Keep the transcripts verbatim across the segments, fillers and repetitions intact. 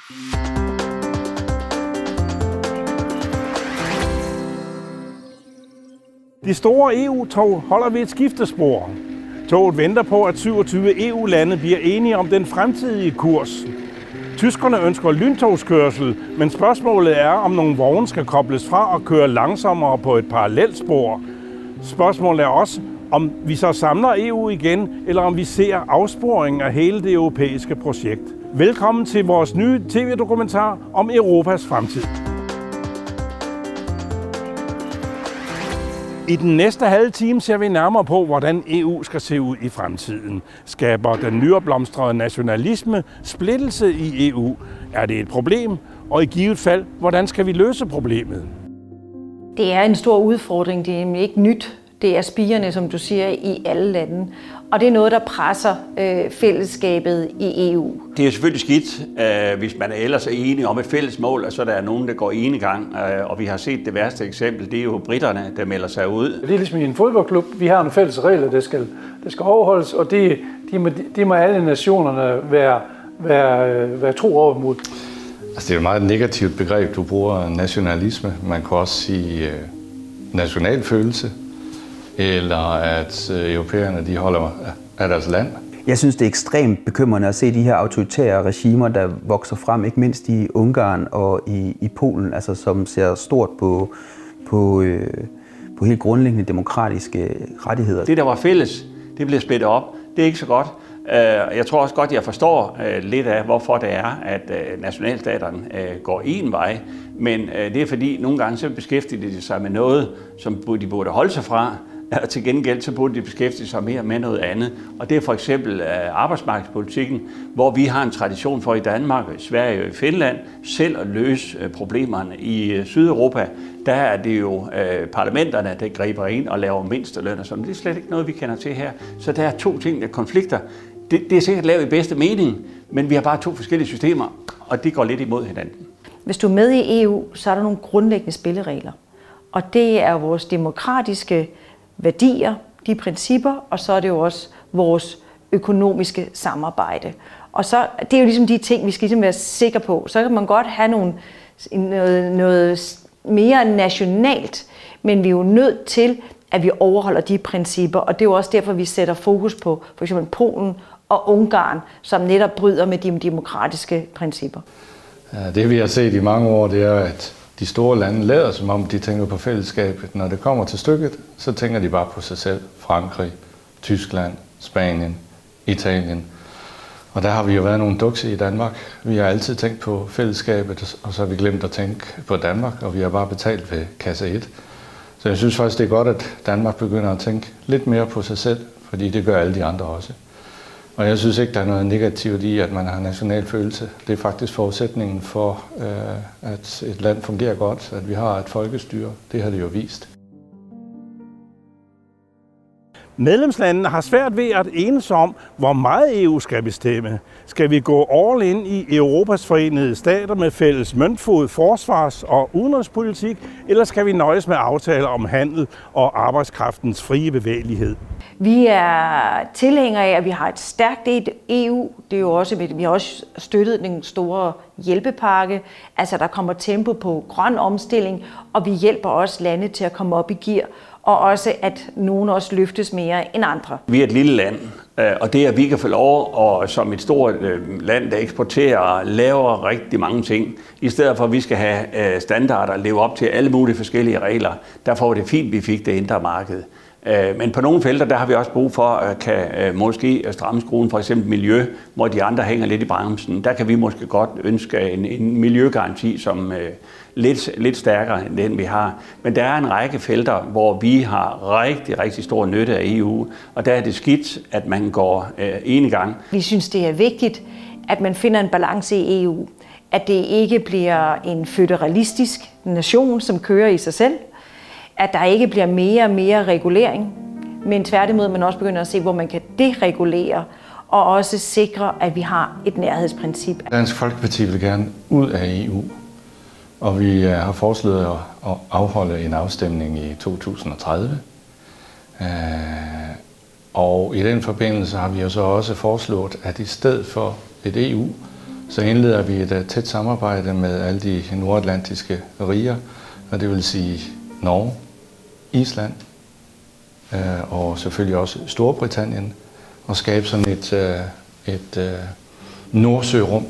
De store E U-tog holder ved et skiftespor. Toget venter på, at syvogtyve E U-lande bliver enige om den fremtidige kurs. Tyskerne ønsker lyntogskørsel, men spørgsmålet er, om nogle vogne skal kobles fra og køre langsommere på et parallelspor. Spørgsmålet er også, om vi så samler E U igen, eller om vi ser afsporing af hele det europæiske projekt. Velkommen til vores nye tv-dokumentar om Europas fremtid. I den næste halve time ser vi nærmere på, hvordan E U skal se ud i fremtiden. Skaber den nyopblomstrede nationalisme splittelse i E U? Er det et problem? Og i givet fald, hvordan skal vi løse problemet? Det er en stor udfordring. Det er ikke nyt. Det er spirende, som du siger, i alle lande. Og det er noget, der presser øh, fællesskabet i E U. Det er selvfølgelig skidt, øh, hvis man er ellers er enige om et fælles mål, og så er der nogen, der går enegang. Øh, og vi har set det værste eksempel, det er jo britterne, der melder sig ud. Det er ligesom i en fodboldklub. Vi har nogle fælles regler, der skal, der skal overholdes, og det, de, må, de må alle nationerne være, være, være tro over mod. Altså, det er et meget negativt begreb, du bruger, nationalisme. Man kan også sige øh, nationalfølelse. Eller at øh, europæerne de holder af deres land. Jeg synes, det er ekstremt bekymrende at se de her autoritære regimer, der vokser frem, ikke mindst i Ungarn og i, i Polen, altså, som ser stort på, på, øh, på helt grundlæggende demokratiske rettigheder. Det, der var fælles, det bliver splittet op. Det er ikke så godt. Jeg tror også godt, jeg forstår lidt af, hvorfor det er, at nationalstaterne går en vej. Men det er fordi, nogle gange så beskæftiger de sig med noget, som de burde holde sig fra. Og til gengæld så burde de beskæftige sig mere med noget andet. Og det er for eksempel arbejdsmarkedspolitikken, hvor vi har en tradition for i Danmark, Sverige og i Finland selv at løse problemerne. I Sydeuropa, der er det jo parlamenterne, der griber ind og laver mindsteløn og sådan. Det er slet ikke noget, vi kender til her. Så der er to ting, der konflikter. Det, det er sikkert lavet i bedste mening, men vi har bare to forskellige systemer, og de går lidt imod hinanden. Hvis du er med i E U, så er der nogle grundlæggende spilleregler. Og det er vores demokratiske værdier, de principper, og så er det jo også vores økonomiske samarbejde. Og så, det er jo ligesom de ting, vi skal ligesom være sikre på. Så kan man godt have nogle, noget, noget mere nationalt, men vi er jo nødt til, at vi overholder de principper, og det er jo også derfor, vi sætter fokus på for eksempel Polen og Ungarn, som netop bryder med de demokratiske principper. Ja, det vi har set i mange år, det er, at de store lande lader, som om de tænker på fællesskabet. Når det kommer til stykket, så tænker de bare på sig selv. Frankrig, Tyskland, Spanien, Italien. Og der har vi jo været nogle dukse i Danmark. Vi har altid tænkt på fællesskabet, og så har vi glemt at tænke på Danmark, og vi har bare betalt ved kasse et. Så jeg synes faktisk, det er godt, at Danmark begynder at tænke lidt mere på sig selv, fordi det gør alle de andre også. Og jeg synes ikke, der er noget negativt i, at man har national følelse. Det er faktisk forudsætningen for, at et land fungerer godt, at vi har et folkestyre. Det har det jo vist. Medlemslandene har svært ved at enes om, hvor meget E U skal bestemme. Skal vi gå all in i Europas Forenede Stater med fælles møntfod, forsvars- og udenrigspolitik, eller skal vi nøjes med aftaler om handel og arbejdskraftens frie bevægelighed? Vi er tilhængere af, at vi har et stærkt E U. Det er jo også, vi har også støttet den store hjælpepakke. Altså, der kommer tempo på grøn omstilling, og vi hjælper også lande til at komme op i gear, og også at nogen også løftes mere end andre. Vi er et lille land, og det at vi kan få lov, og som et stort land, der eksporterer, laver rigtig mange ting, i stedet for at vi skal have standarder og leve op til alle mulige forskellige regler, der får det fint, vi fik det indre marked. Men på nogle felter, der har vi også brug for at kan måske stramme skruen, for eksempel miljø, hvor de andre hænger lidt i bremsen. Der kan vi måske godt ønske en, en miljøgaranti, som øh, lidt, lidt stærkere end den vi har. Men der er en række felter, hvor vi har rigtig, rigtig stor nytte af E U, og der er det skidt, at man går øh, enegang. Vi synes, det er vigtigt, at man finder en balance i E U. At det ikke bliver en føderalistisk nation, som kører i sig selv. At der ikke bliver mere og mere regulering, men tværtimod man også begynder at se, hvor man kan deregulere og også sikre, at vi har et nærhedsprincip. Dansk Folkeparti vil gerne ud af E U, og vi har foreslået at afholde en afstemning i to tusind og tredive. Og i den forbindelse har vi jo så også foreslået, at i stedet for et E U, så indleder vi et tæt samarbejde med alle de nordatlantiske riger, og det vil sige Norge, Island og selvfølgelig også Storbritannien, og skabe sådan et, et Nordsørum.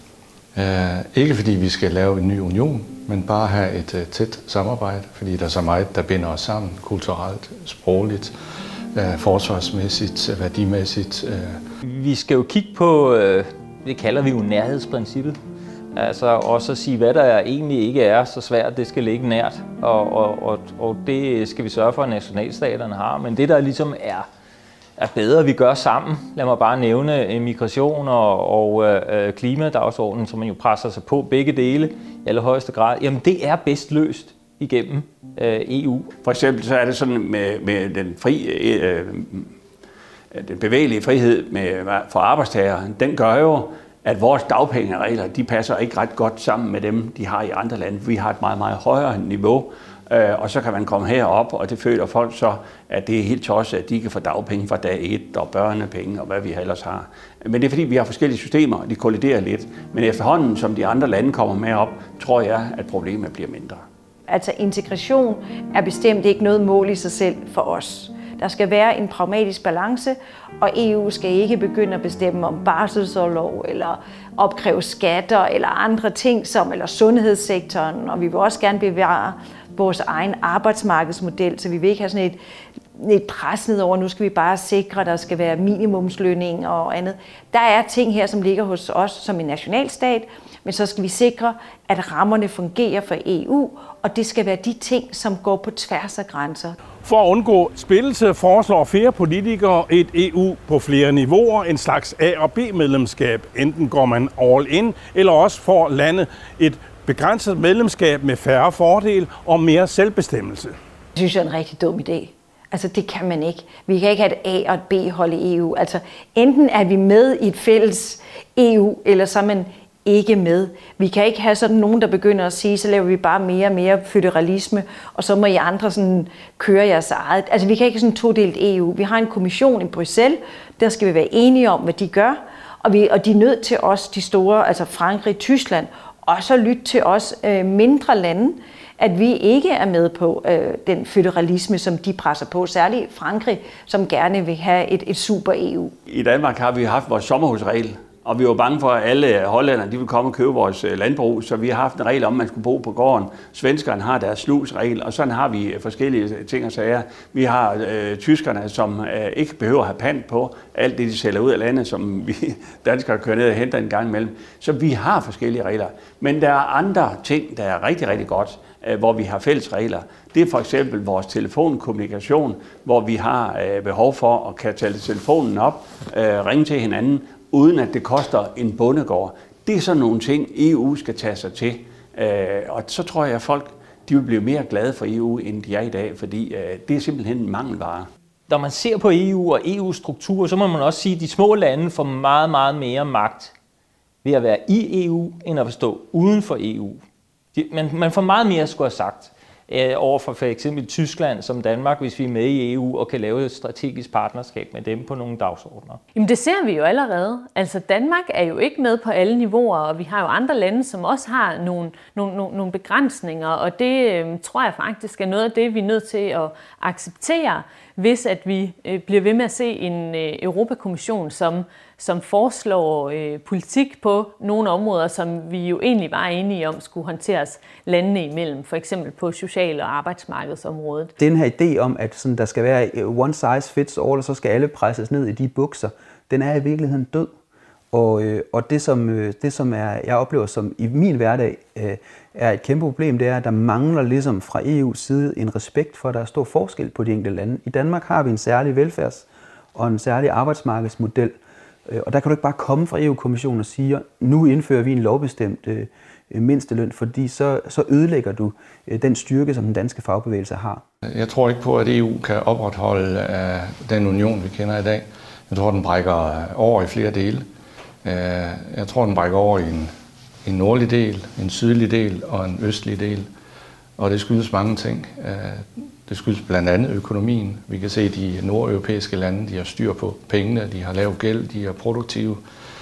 Ikke fordi vi skal lave en ny union, men bare have et tæt samarbejde, fordi der er så meget, der binder os sammen, kulturelt, sprogligt, forsvarsmæssigt, værdimæssigt. Vi skal jo kigge på, det kalder vi jo nærhedsprincippet. Altså også at sige, hvad der egentlig ikke er så svært, det skal ligge nært, og, og, og, og det skal vi sørge for, at nationalstaterne har. Men det, der ligesom er, er bedre, vi gør sammen, lad mig bare nævne migration og, og øh, klimadagsordenen, som man jo presser sig på begge dele i allerhøjeste grad, jamen det er bedst løst igennem øh, E U. For eksempel så er det sådan med, med den fri... Øh, den bevægelige frihed med, for arbejdstagere, den gør jo, at vores dagpengeregler, de passer ikke ret godt sammen med dem, de har i andre lande. Vi har et meget, meget højere niveau, og så kan man komme herop, og det føler folk så, at det er helt tosset, at de kan få dagpenge fra dag et, og børnepenge, og hvad vi ellers har. Men det er fordi, vi har forskellige systemer, og de kolliderer lidt. Men efterhånden, som de andre lande kommer med op, tror jeg, at problemet bliver mindre. Altså integration er bestemt ikke noget mål i sig selv for os. Der skal være en pragmatisk balance, og E U skal ikke begynde at bestemme om barselsorlov eller opkræve skatter eller andre ting, som eller sundhedssektoren. Og vi vil også gerne bevare vores egen arbejdsmarkedsmodel, så vi vil ikke have sådan et, et pres nedover. Nu skal vi bare sikre, at der skal være minimumslønning og andet. Der er ting her, som ligger hos os som en nationalstat, men så skal vi sikre, at rammerne fungerer for E U, og det skal være de ting, som går på tværs af grænser. For at undgå splittelse foreslår flere politikere et E U på flere niveauer, en slags A- og B-medlemskab. Enten går man all in, eller også får landet et begrænset medlemskab med færre fordele og mere selvbestemmelse. Det synes jeg er en rigtig dum idé. Altså det kan man ikke. Vi kan ikke have et A- og et B-hold i E U. Altså enten er vi med i et fælles E U, eller så er man ikke med. Vi kan ikke have sådan nogen, der begynder at sige, så laver vi bare mere og mere føderalisme, og så må I andre sådan køre jeres eget. Altså vi kan ikke sådan todelt E U. Vi har en kommission i Bruxelles, der skal vi være enige om, hvad de gør, og, vi, og de er nødt til os, de store, altså Frankrig, Tyskland, også at lytte til os øh, mindre lande, at vi ikke er med på øh, den føderalisme, som de presser på, særligt Frankrig, som gerne vil have et, et super E U. I Danmark har vi haft vores sommerhusregel, og vi var bange for, at alle hollændere de ville komme og købe vores landbrug, så vi har haft en regel om, at man skulle bo på gården. Svenskerne har deres slusregel, og sådan har vi forskellige ting og sager. Vi har øh, tyskerne, som øh, ikke behøver at have pant på alt det, de sælger ud af landet, som vi danskere kører ned og henter en gang imellem. Så vi har forskellige regler. Men der er andre ting, der er rigtig, rigtig godt, øh, hvor vi har fælles regler. Det er for eksempel vores telefonkommunikation, hvor vi har øh, behov for at kan tale telefonen op, øh, ringe til hinanden, uden at det koster en bondegård. Det er sådan nogle ting, E U skal tage sig til. Og så tror jeg, at folk de vil blive mere glade for E U, end de er i dag, fordi det er simpelthen en mangelvare. Når man ser på E U og E U's struktur, så må man også sige, at de små lande får meget, meget mere magt ved at være i E U, end at stå uden for E U. Man, man får meget mere, skulle have sagt, over for for eksempel Tyskland som Danmark, hvis vi er med i E U og kan lave et strategisk partnerskab med dem på nogle dagsordner. Jamen det ser vi jo allerede. Altså Danmark er jo ikke med på alle niveauer, og vi har jo andre lande, som også har nogle, nogle, nogle, nogle begrænsninger, og det øh, tror jeg faktisk er noget af det, vi er nødt til at acceptere, hvis at vi øh, bliver ved med at se en øh, Europakommission, som, som foreslår øh, politik på nogle områder, som vi jo egentlig var enige om skulle håndteres landene imellem, for eksempel på social- og arbejdsmarkedsområdet. Den her idé om, at sådan, der skal være one size fits all, og så skal alle presses ned i de bukser, den er i virkeligheden død. Og, øh, og det, som, øh, det, som er, jeg oplever som i min hverdag øh, er et kæmpe problem, det er, at der mangler ligesom fra E U's side en respekt for, at der er stor forskel på de enkelte lande. I Danmark har vi en særlig velfærds- og en særlig arbejdsmarkedsmodel, øh, og der kan du ikke bare komme fra E U-kommissionen og sige, nu indfører vi en lovbestemt øh, mindsteløn, fordi så, så ødelægger du øh, den styrke, som den danske fagbevægelse har. Jeg tror ikke på, at E U kan opretholde øh, den union, vi kender i dag. Jeg tror, den brækker over i flere dele. Jeg tror, den brækker over i en, en nordlig del, en sydlig del og en østlig del. Og det skyldes mange ting. Det skyldes blandt andet økonomien. Vi kan se, at de nordeuropæiske lande de har styr på pengene, de har lav gæld, de er produktive.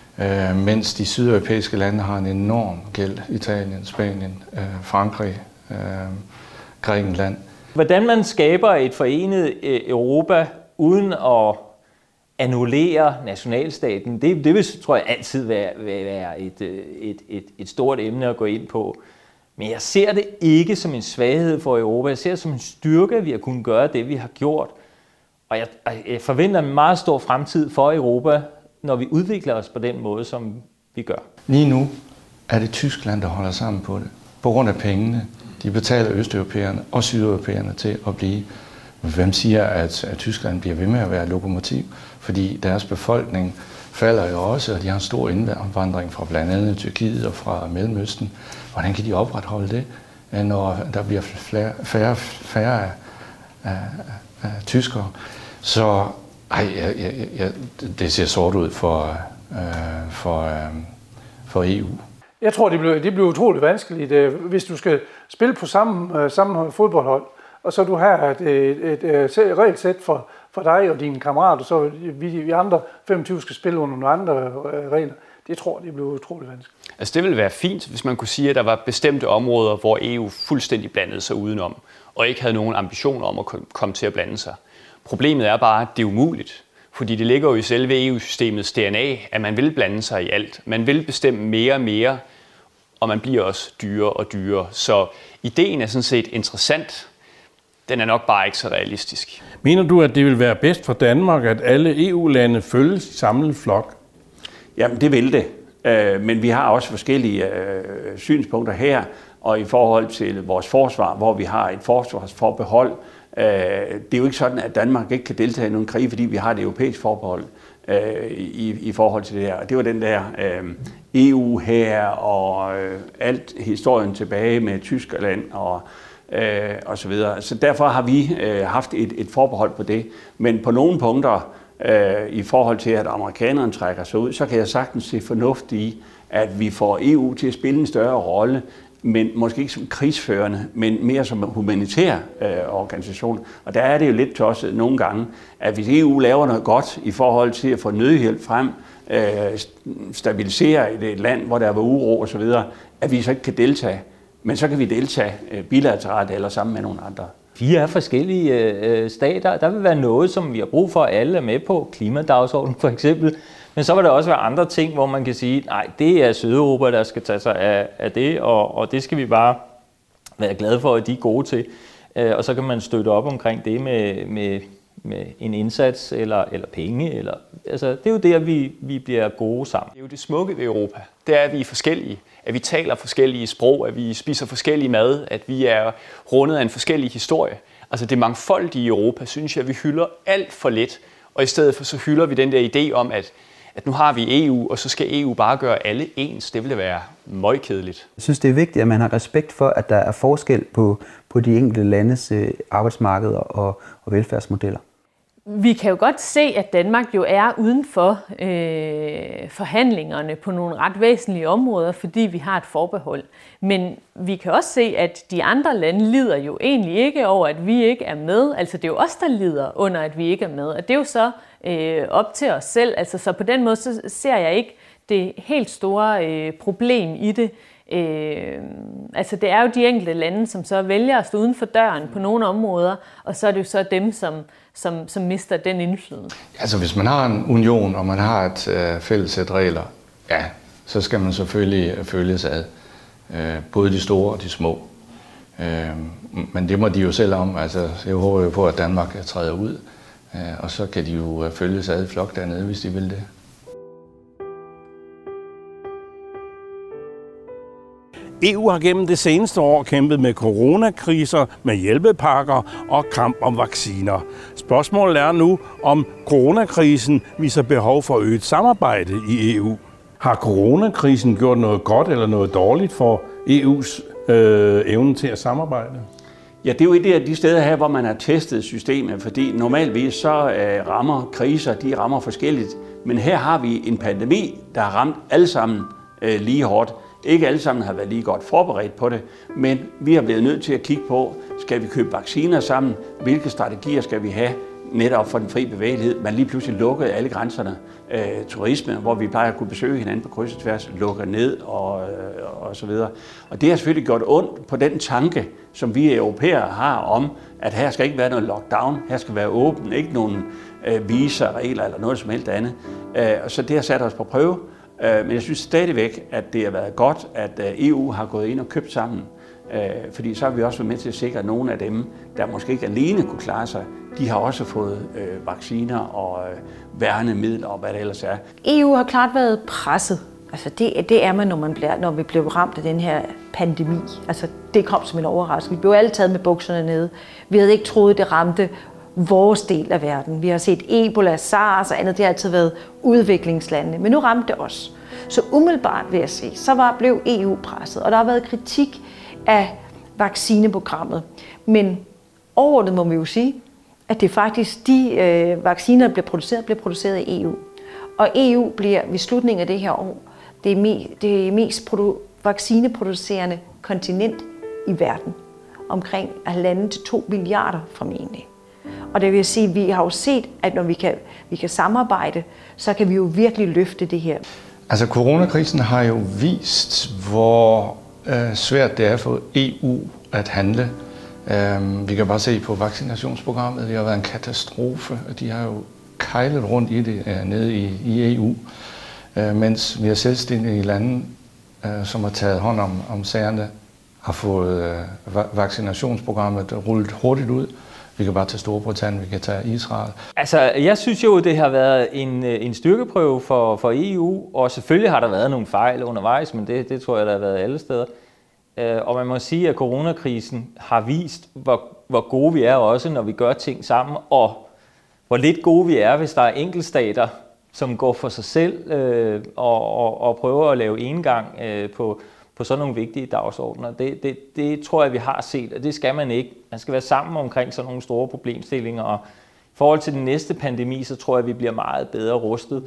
øh, mens de sydeuropæiske lande har en enorm gæld. Italien, Spanien, øh, Frankrig, øh, Grækenland. Hvordan man skaber et forenet Europa uden at annullere nationalstaten, det, det vil, tror jeg, altid være, være et, et, et, et stort emne at gå ind på. Men jeg ser det ikke som en svaghed for Europa. Jeg ser det som en styrke, at vi har kunnet gøre det, vi har gjort. Og jeg, jeg forventer en meget stor fremtid for Europa, når vi udvikler os på den måde, som vi gør. Lige nu er det Tyskland, der holder sammen på det. På grund af pengene. De betaler østeuropæerne og sydeuropæerne til at blive. Hvem siger, at, at Tyskland bliver ved med at være lokomotiv? Fordi deres befolkning falder jo også, og de har en stor indvandring fra blandt andet Tyrkiet og fra Mellemøsten. Hvordan kan de opretholde det, når der bliver færre, færre, færre af, af, af tyskere? Så ej, jeg, jeg, jeg, det ser sort ud for, øh, for, øh, for E U. Jeg tror, det bliver, det bliver utroligt vanskeligt, hvis du skal spille på samme, samme fodboldhold, og så du har et, et, et, et regelsæt for, for dig og dine kammerater, så vi, vi andre femogtyve skal spille under nogle andre regler. Det tror jeg, det bliver utroligt vanskeligt. Altså det ville være fint, hvis man kunne sige, at der var bestemte områder, hvor E U fuldstændig blandede sig udenom, og ikke havde nogen ambitioner om at komme til at blande sig. Problemet er bare, at det er umuligt. Fordi det ligger jo i selve E U-systemets D N A, at man vil blande sig i alt. Man vil bestemme mere og mere, og man bliver også dyrere og dyrere. Så ideen er sådan set interessant. Den er nok bare ikke så realistisk. Mener du, at det vil være bedst for Danmark, at alle E U-lande følges i samlet flok? Jamen, det vil det. Men vi har også forskellige synspunkter her, og i forhold til vores forsvar, hvor vi har et forsvarsforbehold. Det er jo ikke sådan, at Danmark ikke kan deltage i nogen krig, fordi vi har et europæisk forbehold i, i forhold til det her. Det var den der E U her og alt historien tilbage med Tyskland og, og så videre. Så derfor har vi haft et, et forbehold på det. Men på nogle punkter i forhold til, at amerikanerne trækker sig ud, så kan jeg sagtens se fornuft i, at vi får E U til at spille en større rolle, men måske ikke som krigsførende, men mere som en humanitær øh, organisation. Og der er det jo lidt tosset nogle gange, at hvis E U laver noget godt i forhold til at få nødhjælp frem, øh, stabilisere i et land, hvor der var uro osv., at vi så ikke kan deltage. Men så kan vi deltage øh, bilateralt eller sammen med nogle andre. Vi er forskellige øh, stater. Der vil være noget, som vi har brug for, at alle er med på. Klimadagsordenen for eksempel. Men så vil der også være andre ting, hvor man kan sige, nej, det er Sydeuropa, der skal tage sig af, af det, og, og det skal vi bare være glade for, at de er gode til. Øh, og så kan man støtte op omkring det med, med, med en indsats eller, eller penge. Eller, altså, det er jo der, vi, vi bliver gode sammen. Det er jo det smukke ved Europa. Det er, at vi er forskellige. At vi taler forskellige sprog, at vi spiser forskellig mad, at vi er rundet af en forskellig historie. Altså det mangfoldige i Europa, synes jeg, vi hylder alt for lidt. Og i stedet for så hylder vi den der idé om, at at nu har vi E U, og så skal E U bare gøre alle ens. Det ville være møgkedeligt. Jeg synes, det er vigtigt, at man har respekt for, at der er forskel på, på de enkelte landes arbejdsmarkeder og, og velfærdsmodeller. Vi kan jo godt se, at Danmark jo er uden for øh, forhandlingerne på nogle ret væsentlige områder, fordi vi har et forbehold. Men vi kan også se, at de andre lande lider jo egentlig ikke over, at vi ikke er med. Altså det er jo os, der lider under, at vi ikke er med. Og det er jo så øh, op til os selv. Altså, så på den måde så ser jeg ikke det helt store øh, problem i det. Øh, altså det er jo de enkelte lande, som så vælger at stå uden for døren på nogle områder, og så er det jo så dem, som, som, som mister den indflydelse. Altså hvis man har en union, og man har et øh, fælles sæt regler, ja, så skal man selvfølgelig følges ad. Øh, både de store og de små. Øh, men det må de jo selv om. Altså, jeg håber jo på, at Danmark træder ud, øh, og så kan de jo følges ad i flok dernede, hvis de vil det. E U har gennem det seneste år kæmpet med coronakriser, med hjælpepakker og kamp om vacciner. Spørgsmålet er nu, om coronakrisen viser behov for øget samarbejde i E U. Har coronakrisen gjort noget godt eller noget dårligt for E U's øh, evne til at samarbejde? Ja, det er jo et af de steder her, hvor man har testet systemet, fordi normalvis så øh, rammer kriser, de rammer forskelligt. Men her har vi en pandemi, der har ramt alle sammen øh, lige hårdt. Ikke alle sammen har været lige godt forberedt på det, men vi har været nødt til at kigge på, skal vi købe vacciner sammen? Hvilke strategier skal vi have? netop for den fri bevægelighed. Man lige pludselig lukkede alle grænserne. Øh, turisme, hvor vi plejer at kunne besøge hinanden på kryds og tværs, lukker ned og, øh, og så videre. Og det har selvfølgelig gjort ondt på den tanke, som vi europæere har om, at her skal ikke være noget lockdown, her skal være åben, ikke nogen øh, visa-regler eller noget som helst andet. Øh, så det har sat os på prøve. Øh, men jeg synes stadigvæk, at det har været godt, at øh, E U har gået ind og købt sammen. Øh, fordi så har vi også været med til at sikre, at nogle af dem, der måske ikke alene kunne klare sig, de har også fået øh, vacciner og øh, værnemidler og hvad det ellers er. E U har klart været presset. Altså det, det er man, når, man bliver, når vi blev ramt af den her pandemi. Altså det kom som en overraskelse. Vi blev alle taget med bukserne nede. Vi havde ikke troet, det ramte vores del af verden. Vi har set Ebola, SARS og andet. Det har altid været udviklingslandene. Men nu ramte det os. Så umiddelbart vil jeg sige, så var, blev E U presset. Og der har været kritik af vaccineprogrammet. Men overordnet må vi jo sige, at det faktisk de øh, vacciner, der bliver produceret, bliver produceret i E U. Og E U bliver ved slutningen af det her år det, me, det mest produ- vaccineproducerende kontinent i verden. Omkring halvanden til to milliarder formentlig. Og det vil sige, at vi har jo set, at når vi kan, vi kan samarbejde, så kan vi jo virkelig løfte det her. Altså coronakrisen har jo vist, hvor øh, svært det er for E U at handle. Um, vi kan bare se på vaccinationsprogrammet, det har været en katastrofe, og de har jo kejlet rundt i det uh, nede i, i E U, uh, mens vi har selvstændige lande, uh, som har taget hånd om, om sagerne, har fået uh, va- vaccinationsprogrammet rullet hurtigt ud. Vi kan bare tage Storbritannien, vi kan tage Israel. Altså, jeg synes jo, det har været en, en styrkeprøve for, for E U, og selvfølgelig har der været nogle fejl undervejs, men det, det tror jeg, der har været alle steder. Og man må sige, at coronakrisen har vist, hvor, hvor gode vi er også, når vi gør ting sammen, og hvor lidt gode vi er, hvis der er enkeltstater, som går for sig selv øh, og, og, og prøver at lave enegang øh, på, på sådan nogle vigtige dagsordner. Det, det, det tror jeg, vi har set, og det skal man ikke. Man skal være sammen omkring sådan nogle store problemstillinger, og i forhold til den næste pandemi, så tror jeg, vi bliver meget bedre rustet.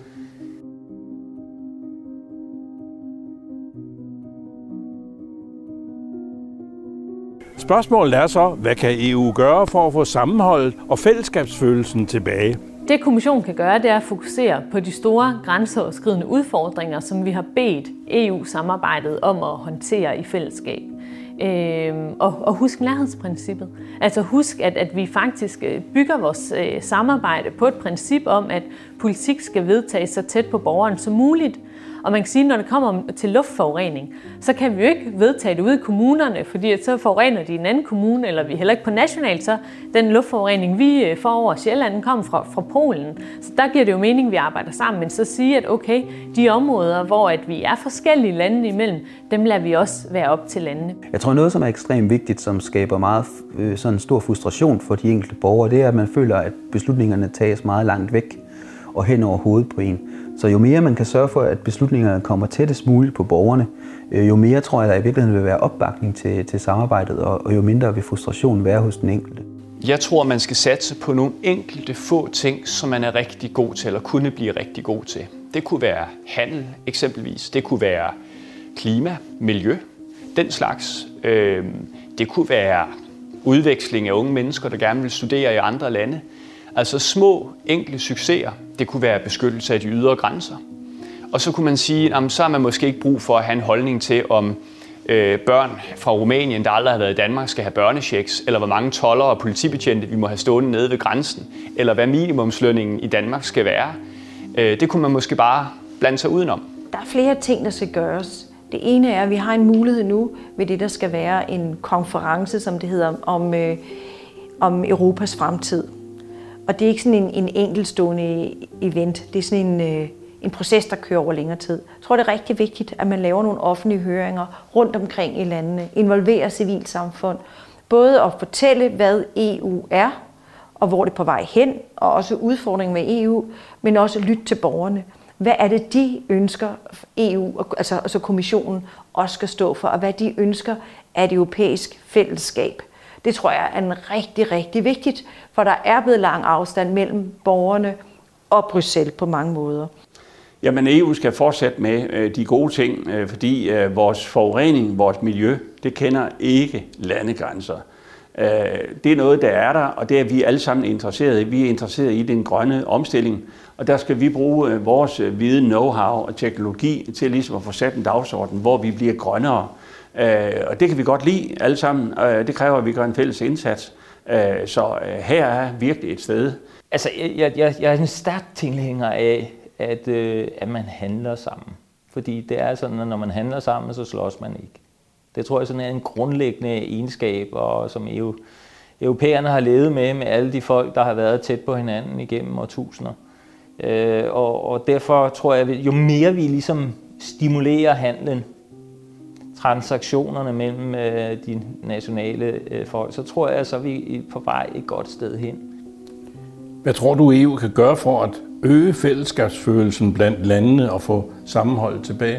Spørgsmålet er så, hvad kan E U gøre for at få sammenholdet og fællesskabsfølelsen tilbage? Det kommissionen kan gøre, det er at fokusere på de store grænseoverskridende udfordringer, som vi har bedt E U-samarbejdet om at håndtere i fællesskab. Øhm, og, og husk nærhedsprincippet. Altså husk, at, at vi faktisk bygger vores øh, samarbejde på et princip om, at politik skal vedtages så tæt på borgeren som muligt. Og man kan sige, at når det kommer til luftforurening, så kan vi jo ikke vedtage det ude i kommunerne, fordi at så forurener de en anden kommune, eller vi heller ikke på nationalt, så den luftforurening, vi får over Sjælland, kommer fra, fra Polen. Så der giver det jo mening, at vi arbejder sammen, men så sige, at okay, de områder, hvor at vi er forskellige lande imellem, dem lader vi også være op til landene. Jeg tror, noget, som er ekstremt vigtigt, som skaber meget øh, sådan stor frustration for de enkelte borgere, det er, at man føler, at beslutningerne tages meget langt væk og hen over hovedet på en. Så jo mere man kan sørge for, at beslutningerne kommer tættest muligt på borgerne, jo mere tror jeg, der i virkeligheden vil være opbakning til, til samarbejdet, og, og jo mindre vil frustrationen være hos den enkelte. Jeg tror, man skal satse på nogle enkelte få ting, som man er rigtig god til, eller kunne blive rigtig god til. Det kunne være handel eksempelvis, det kunne være klima, miljø, den slags. Det kunne være udveksling af unge mennesker, der gerne vil studere i andre lande. Altså små, enkle succeser. Det kunne være beskyttelse af de ydre grænser. Og så kunne man sige, at så har man måske ikke brug for at have en holdning til, om øh, børn fra Rumænien, der aldrig har været i Danmark, skal have børnechecks, eller hvor mange toldere og politibetjente vi må have stående nede ved grænsen, eller hvad minimumslønningen i Danmark skal være. Øh, det kunne man måske bare blande sig udenom. Der er flere ting, der skal gøres. Det ene er, at vi har en mulighed nu ved det, der skal være en konference, som det hedder, om, øh, om Europas fremtid. Og det er ikke sådan en, en enkeltstående event. Det er sådan en, øh, en proces, der kører over længere tid. Jeg tror, det er rigtig vigtigt, at man laver nogle offentlige høringer rundt omkring i landene, involverer civilsamfund. Både at fortælle, hvad E U er, og hvor det er på vej hen, og også udfordringen med E U, men også lytte til borgerne. Hvad er det, de ønsker, E U, altså, altså kommissionen, også skal stå for, og hvad de ønsker af et europæisk fællesskab. Det tror jeg er rigtig, rigtig vigtigt, for der er blevet lang afstand mellem borgerne og Bruxelles på mange måder. Jamen E U skal fortsætte med øh, de gode ting, øh, fordi øh, vores forurening, vores miljø, det kender ikke landegrænser. Det er noget, der er der, og det er vi alle sammen interesseret i. Vi er interesseret i den grønne omstilling, og der skal vi bruge vores viden, know-how og teknologi til ligesom at få sat en dagsorden, hvor vi bliver grønnere. Og det kan vi godt lide alle sammen. Det kræver, at vi gør en fælles indsats. Så her er virkelig et sted. Altså, jeg, jeg, jeg er en stærk tilhænger af, at, at man handler sammen. Fordi det er sådan, at når man handler sammen, så slås man ikke. Det tror jeg sådan er en grundlæggende egenskab, og som EU, europæerne har levet med, med alle de folk, der har været tæt på hinanden igennem årtusinder. Øh, og, og derfor tror jeg, at jo mere vi ligesom stimulerer handlen, transaktionerne mellem øh, de nationale øh, folk, så tror jeg, så er vi på vej et godt sted hen. Hvad tror du, E U kan gøre for at øge fællesskabsfølelsen blandt landene og få sammenholdet tilbage?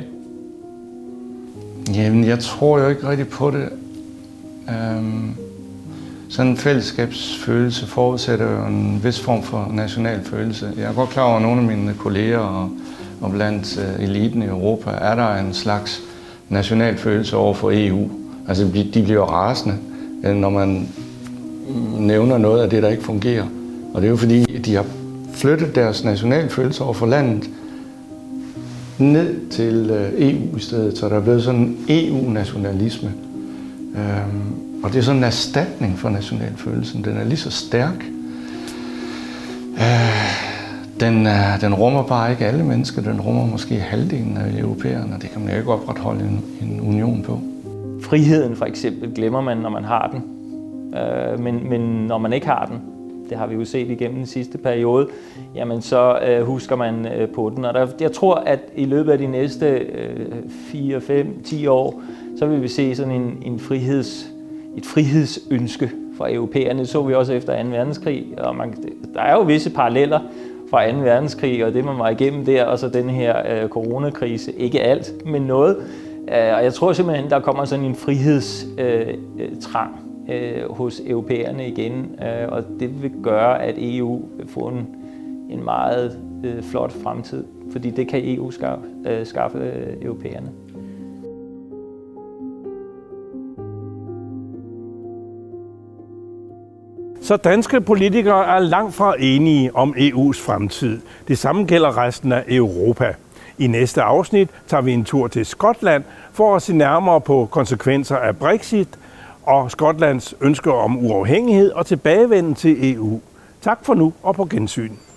Jamen, jeg tror jo ikke rigtig på det. Øhm, sådan en fællesskabsfølelse forudsætter jo en vis form for national følelse. Jeg er godt klar over, at nogle af mine kolleger og, og blandt uh, eliten i Europa er der en slags national følelse over for E U. Altså, de bliver rasende, når man nævner noget af det, der ikke fungerer. Og det er jo fordi, de har flyttet deres national følelse over for landet ned til E U i stedet, så der er blevet sådan en E U-nationalisme. Øhm, og det er sådan en erstatning for nationalfølelsen. Den er lige så stærk. Øh, den, er, den rummer bare ikke alle mennesker. Den rummer måske halvdelen af europæerne, og det kan man jo ikke opretholde en, en union på. Friheden for eksempel glemmer man, når man har den. Øh, men, men når man ikke har den, det har vi jo set igennem den sidste periode, jamen så øh, husker man øh, på den. Og der, jeg tror, at i løbet af de næste øh, fire, fem, ti år, så vil vi se sådan en, en friheds, et frihedsønske fra europæerne. Det så vi også efter anden verdenskrig, og man, der er jo visse paralleller fra anden verdenskrig, og det man var igennem der, og så den her øh, coronakrise. Ikke alt, men noget. Øh, og jeg tror simpelthen, der kommer sådan en frihedstrang. Øh, Øh, hos europæerne igen, øh, og det vil gøre, at E U vil få en, en meget øh, flot fremtid, fordi det kan E U skaffe, øh, skaffe øh, europæerne. Så danske politikere er langt fra enige om E U's fremtid. Det samme gælder resten af Europa. I næste afsnit tager vi en tur til Skotland for at se nærmere på konsekvenser af Brexit og Skotlands ønske om uafhængighed og tilbagevenden til E U. Tak for nu og på gensyn.